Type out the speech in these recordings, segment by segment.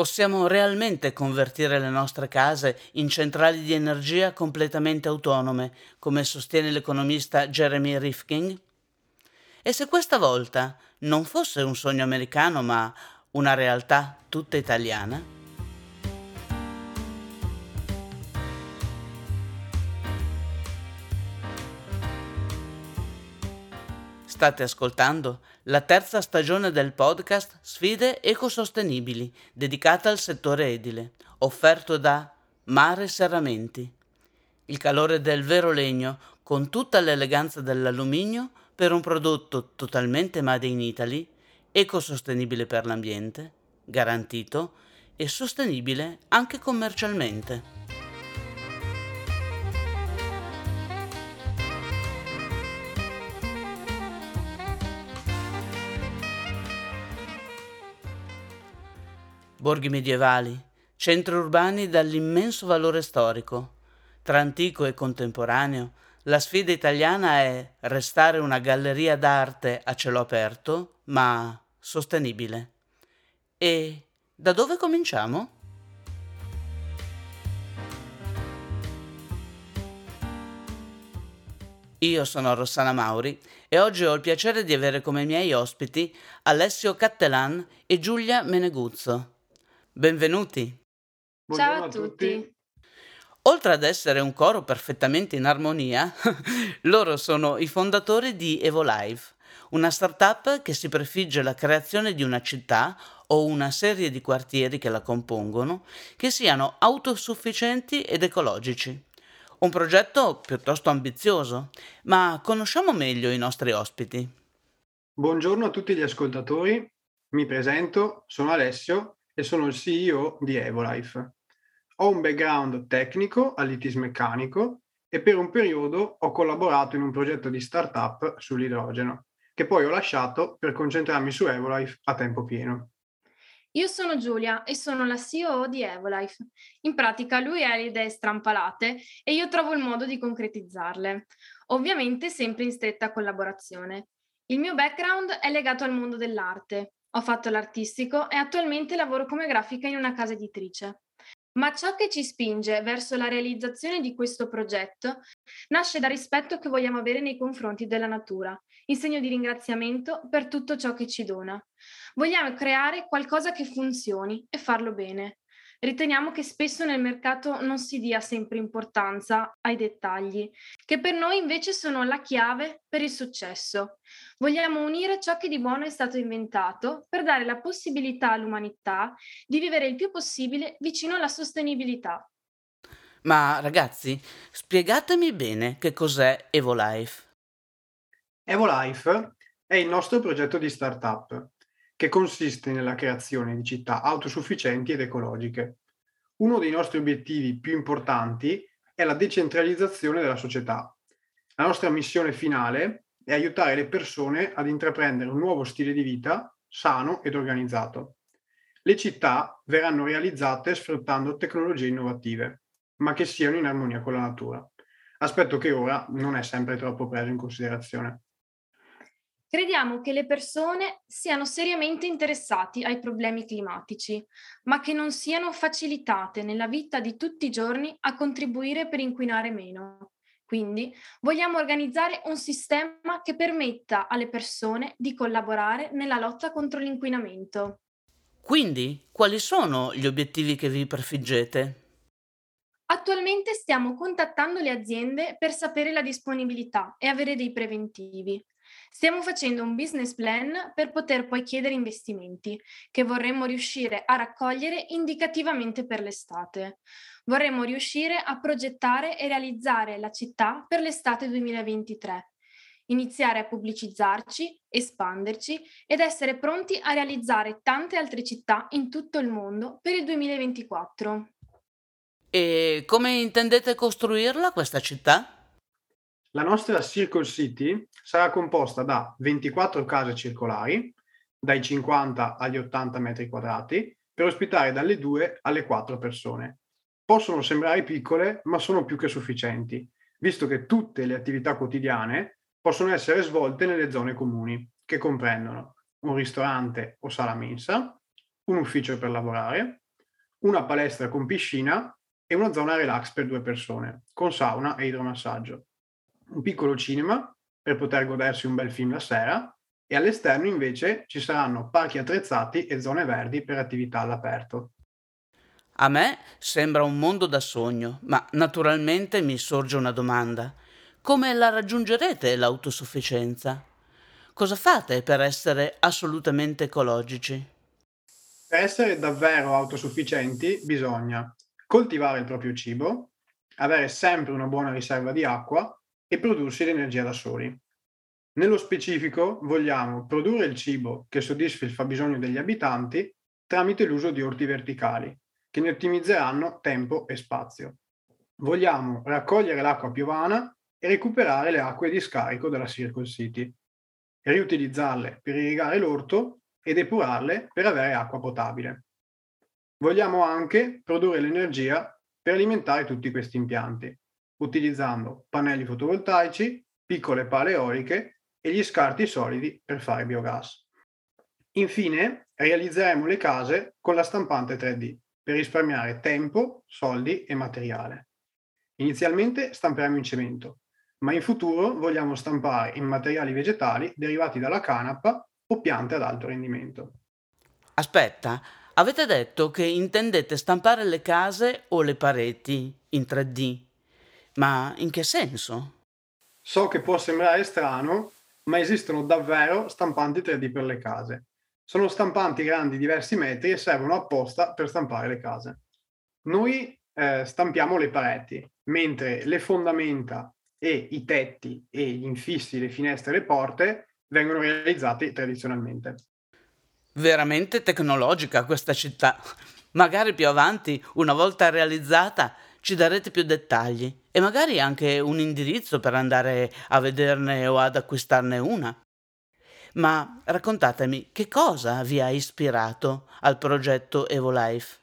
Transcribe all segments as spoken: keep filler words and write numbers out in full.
Possiamo realmente convertire le nostre case in centrali di energia completamente autonome, come sostiene l'economista Jeremy Rifkin? E se questa volta non fosse un sogno americano, ma una realtà tutta italiana? State ascoltando la terza stagione del podcast Sfide ecosostenibili, dedicata al settore edile, offerto da Mare Serramenti. Il calore del vero legno, con tutta l'eleganza dell'alluminio, per un prodotto totalmente made in Italy, ecosostenibile per l'ambiente, garantito e sostenibile anche commercialmente. Borghi medievali, centri urbani dall'immenso valore storico. Tra antico e contemporaneo, la sfida italiana è restare una galleria d'arte a cielo aperto, ma sostenibile. E da dove cominciamo? Io sono Rossana Mauri e oggi ho il piacere di avere come miei ospiti Alessio Cattelan e Giulia Meneguzzo. Benvenuti! Ciao a tutti! Oltre ad essere un coro perfettamente in armonia, loro sono i fondatori di Evolife, una startup che si prefigge la creazione di una città o una serie di quartieri che la compongono che siano autosufficienti ed ecologici. Un progetto piuttosto ambizioso, ma conosciamo meglio i nostri ospiti. Buongiorno a tutti gli ascoltatori, mi presento, sono Alessio e sono il C E O di Evolife. Ho un background tecnico all'I T S meccanico e per un periodo ho collaborato in un progetto di startup sull'idrogeno, che poi ho lasciato per concentrarmi su Evolife a tempo pieno. Io sono Giulia e sono la C E O di Evolife. In pratica lui ha le idee strampalate e io trovo il modo di concretizzarle, ovviamente sempre in stretta collaborazione. Il mio background è legato al mondo dell'arte. Ho fatto l'artistico e attualmente lavoro come grafica in una casa editrice. Ma ciò che ci spinge verso la realizzazione di questo progetto nasce dal rispetto che vogliamo avere nei confronti della natura, in segno di ringraziamento per tutto ciò che ci dona. Vogliamo creare qualcosa che funzioni e farlo bene. Riteniamo che spesso nel mercato non si dia sempre importanza ai dettagli, che per noi invece sono la chiave per il successo. Vogliamo unire ciò che di buono è stato inventato per dare la possibilità all'umanità di vivere il più possibile vicino alla sostenibilità. Ma ragazzi, spiegatemi bene che cos'è Evolife. Evolife è il nostro progetto di startup, che consiste nella creazione di città autosufficienti ed ecologiche. Uno dei nostri obiettivi più importanti è la decentralizzazione della società. La nostra missione finale è aiutare le persone ad intraprendere un nuovo stile di vita sano ed organizzato. Le città verranno realizzate sfruttando tecnologie innovative, ma che siano in armonia con la natura, aspetto che ora non è sempre troppo preso in considerazione. Crediamo che le persone siano seriamente interessati ai problemi climatici, ma che non siano facilitate nella vita di tutti i giorni a contribuire per inquinare meno. Quindi vogliamo organizzare un sistema che permetta alle persone di collaborare nella lotta contro l'inquinamento. Quindi, quali sono gli obiettivi che vi prefiggete? Attualmente stiamo contattando le aziende per sapere la disponibilità e avere dei preventivi. Stiamo facendo un business plan per poter poi chiedere investimenti, che vorremmo riuscire a raccogliere indicativamente per l'estate. Vorremmo riuscire a progettare e realizzare la città per l'estate duemilaventitré, iniziare a pubblicizzarci, espanderci ed essere pronti a realizzare tante altre città in tutto il mondo per il duemilaventiquattro. E come intendete costruirla questa città? La nostra Circle City sarà composta da ventiquattro case circolari, dai cinquanta agli ottanta metri quadrati, per ospitare dalle due alle quattro persone. Possono sembrare piccole, ma sono più che sufficienti, visto che tutte le attività quotidiane possono essere svolte nelle zone comuni, che comprendono un ristorante o sala mensa, un ufficio per lavorare, una palestra con piscina e una zona relax per due persone, con sauna e idromassaggio. Un piccolo cinema per poter godersi un bel film la sera e all'esterno invece ci saranno parchi attrezzati e zone verdi per attività all'aperto. A me sembra un mondo da sogno, ma naturalmente mi sorge una domanda. Come la raggiungerete l'autosufficienza? Cosa fate per essere assolutamente ecologici? Per essere davvero autosufficienti bisogna coltivare il proprio cibo, avere sempre una buona riserva di acqua e prodursi l'energia da soli. Nello specifico vogliamo produrre il cibo che soddisfi il fabbisogno degli abitanti tramite l'uso di orti verticali, che ne ottimizzeranno tempo e spazio. Vogliamo raccogliere l'acqua piovana e recuperare le acque di scarico della Circle City, riutilizzarle per irrigare l'orto e depurarle per avere acqua potabile. Vogliamo anche produrre l'energia per alimentare tutti questi impianti, utilizzando pannelli fotovoltaici, piccole pale eoliche e gli scarti solidi per fare biogas. Infine, realizzeremo le case con la stampante tre D per risparmiare tempo, soldi e materiale. Inizialmente stamperemo in cemento, ma in futuro vogliamo stampare in materiali vegetali derivati dalla canapa o piante ad alto rendimento. Aspetta, avete detto che intendete stampare le case o le pareti in tre D, ma in che senso? So che può sembrare strano, ma esistono davvero stampanti tre D per le case. Sono stampanti grandi diversi metri e servono apposta per stampare le case. Noi eh, stampiamo le pareti, mentre le fondamenta e i tetti e gli infissi, le finestre e le porte vengono realizzati tradizionalmente. Veramente tecnologica questa città. Magari più avanti, una volta realizzata, ci darete più dettagli e magari anche un indirizzo per andare a vederne o ad acquistarne una. Ma raccontatemi, che cosa vi ha ispirato al progetto EvoLife?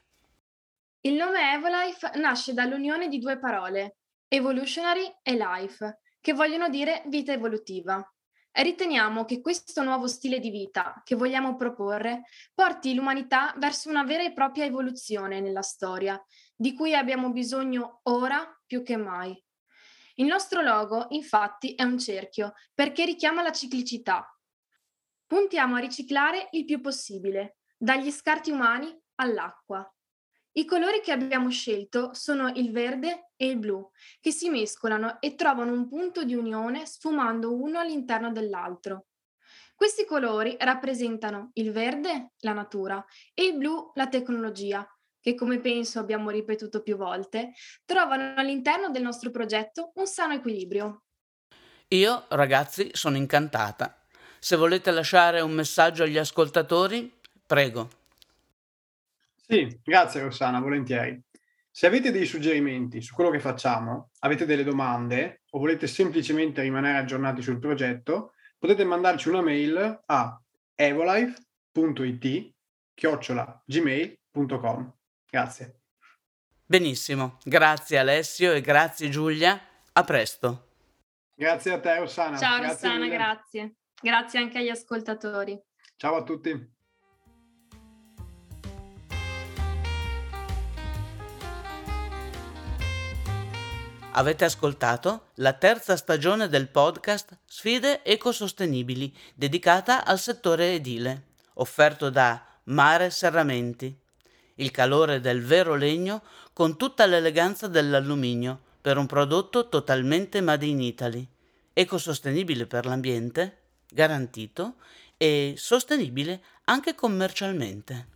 Il nome Evolife nasce dall'unione di due parole, evolutionary e life, che vogliono dire vita evolutiva. E riteniamo che questo nuovo stile di vita che vogliamo proporre porti l'umanità verso una vera e propria evoluzione nella storia, di cui abbiamo bisogno ora più che mai. Il nostro logo, infatti, è un cerchio perché richiama la ciclicità. Puntiamo a riciclare il più possibile, dagli scarti umani all'acqua. I colori che abbiamo scelto sono il verde e il blu, che si mescolano e trovano un punto di unione sfumando uno all'interno dell'altro. Questi colori rappresentano il verde, la natura, e il blu, la tecnologia, che come penso abbiamo ripetuto più volte, trovano all'interno del nostro progetto un sano equilibrio. Io, ragazzi, sono incantata. Se volete lasciare un messaggio agli ascoltatori, prego. Sì, grazie Rossana, volentieri. Se avete dei suggerimenti su quello che facciamo, avete delle domande o volete semplicemente rimanere aggiornati sul progetto, potete mandarci una mail a evolife.it chiocciola gmail punto com. Grazie. Benissimo, grazie Alessio e grazie Giulia. A presto. Grazie a te Rossana. Ciao Grazie Rossana, mille. grazie. Grazie anche agli ascoltatori. Ciao a tutti. Avete ascoltato la terza stagione del podcast Sfide ecosostenibili, dedicata al settore edile, offerto da Mare Serramenti. Il calore del vero legno con tutta l'eleganza dell'alluminio per un prodotto totalmente made in Italy, ecosostenibile per l'ambiente, garantito e sostenibile anche commercialmente.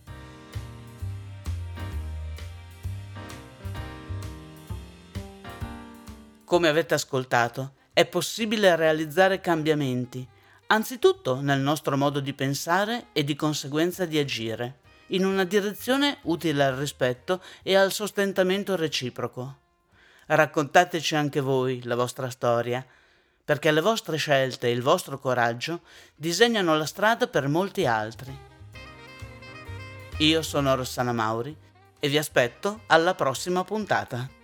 Come avete ascoltato, è possibile realizzare cambiamenti, anzitutto nel nostro modo di pensare e di conseguenza di agire, in una direzione utile al rispetto e al sostentamento reciproco. Raccontateci anche voi la vostra storia, perché le vostre scelte e il vostro coraggio disegnano la strada per molti altri. Io sono Rossana Mauri e vi aspetto alla prossima puntata.